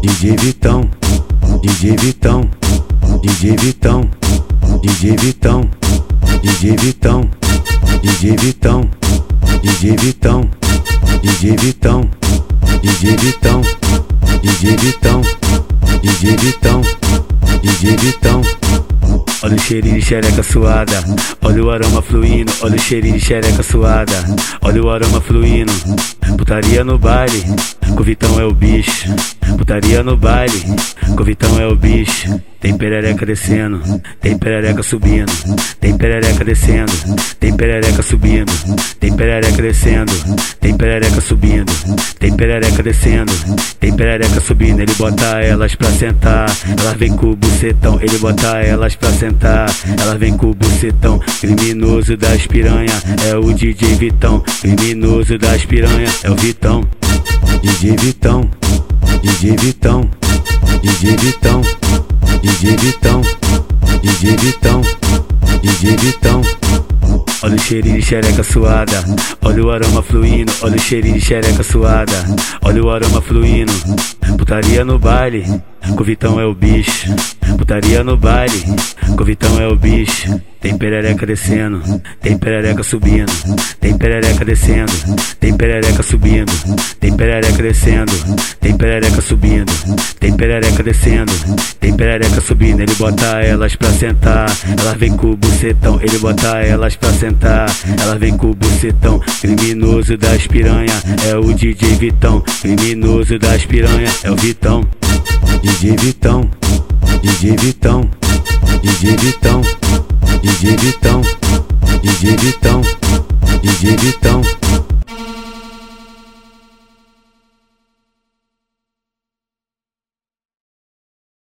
DJ Vitão, DJ Vitão, DJ Vitão, DJ Vitão, DJ Vitão, DJ Vitão, DJ Vitão, DJ Vitão, DJ Vitão, DJ Vitão, DJ Vitão, DJ Vitão. Olha o cheirinho de xereca suada, olha o aroma fluindo, olha o cheirinho de xereca suada, olha o aroma fluindo. Putaria no baile, com o Vitão é o bicho. Putaria no baile, com o Vitão é o bicho. Tem perereca descendo, tem perereca subindo, tem perereca descendo, tem perereca subindo, tem perereca descendo, tem perereca subindo, tem perereca descendo, tem perereca subindo. Ele bota elas pra sentar, elas vem com o bucetão. Ele bota elas pra sentar, elas vem com o bucetão. Criminoso das piranha é o DJ Vitão. Criminoso das piranha é o Vitão. DJ Vitão, DJ Vitão, DJ Vitão, DJ Vitão, DJ Vitão, DJ Vitão. Olha o cheirinho de xereca suada, olha o aroma fluindo, olha o cheirinho de xereca suada, olha o aroma fluindo. Putaria no baile, com o Vitão é o bicho. Putaria no baile, com o Vitão é o bicho. Tem perereca descendo, tem perereca subindo, tem perereca descendo, tem perereca subindo, tem perereca descendo, tem perereca subindo, tem perereca descendo, tem perereca subindo. Ele bota elas pra sentar, elas vem com o bucetão. Ele bota elas pra sentar, elas vem com o bucetão. Criminoso das piranha é o DJ Vitão. Criminoso das piranha é o Vitão. DJ Vitão, DJ Vitão, DJ Vitão, DJ Vitão, DJ Vitão, DJ Vitão.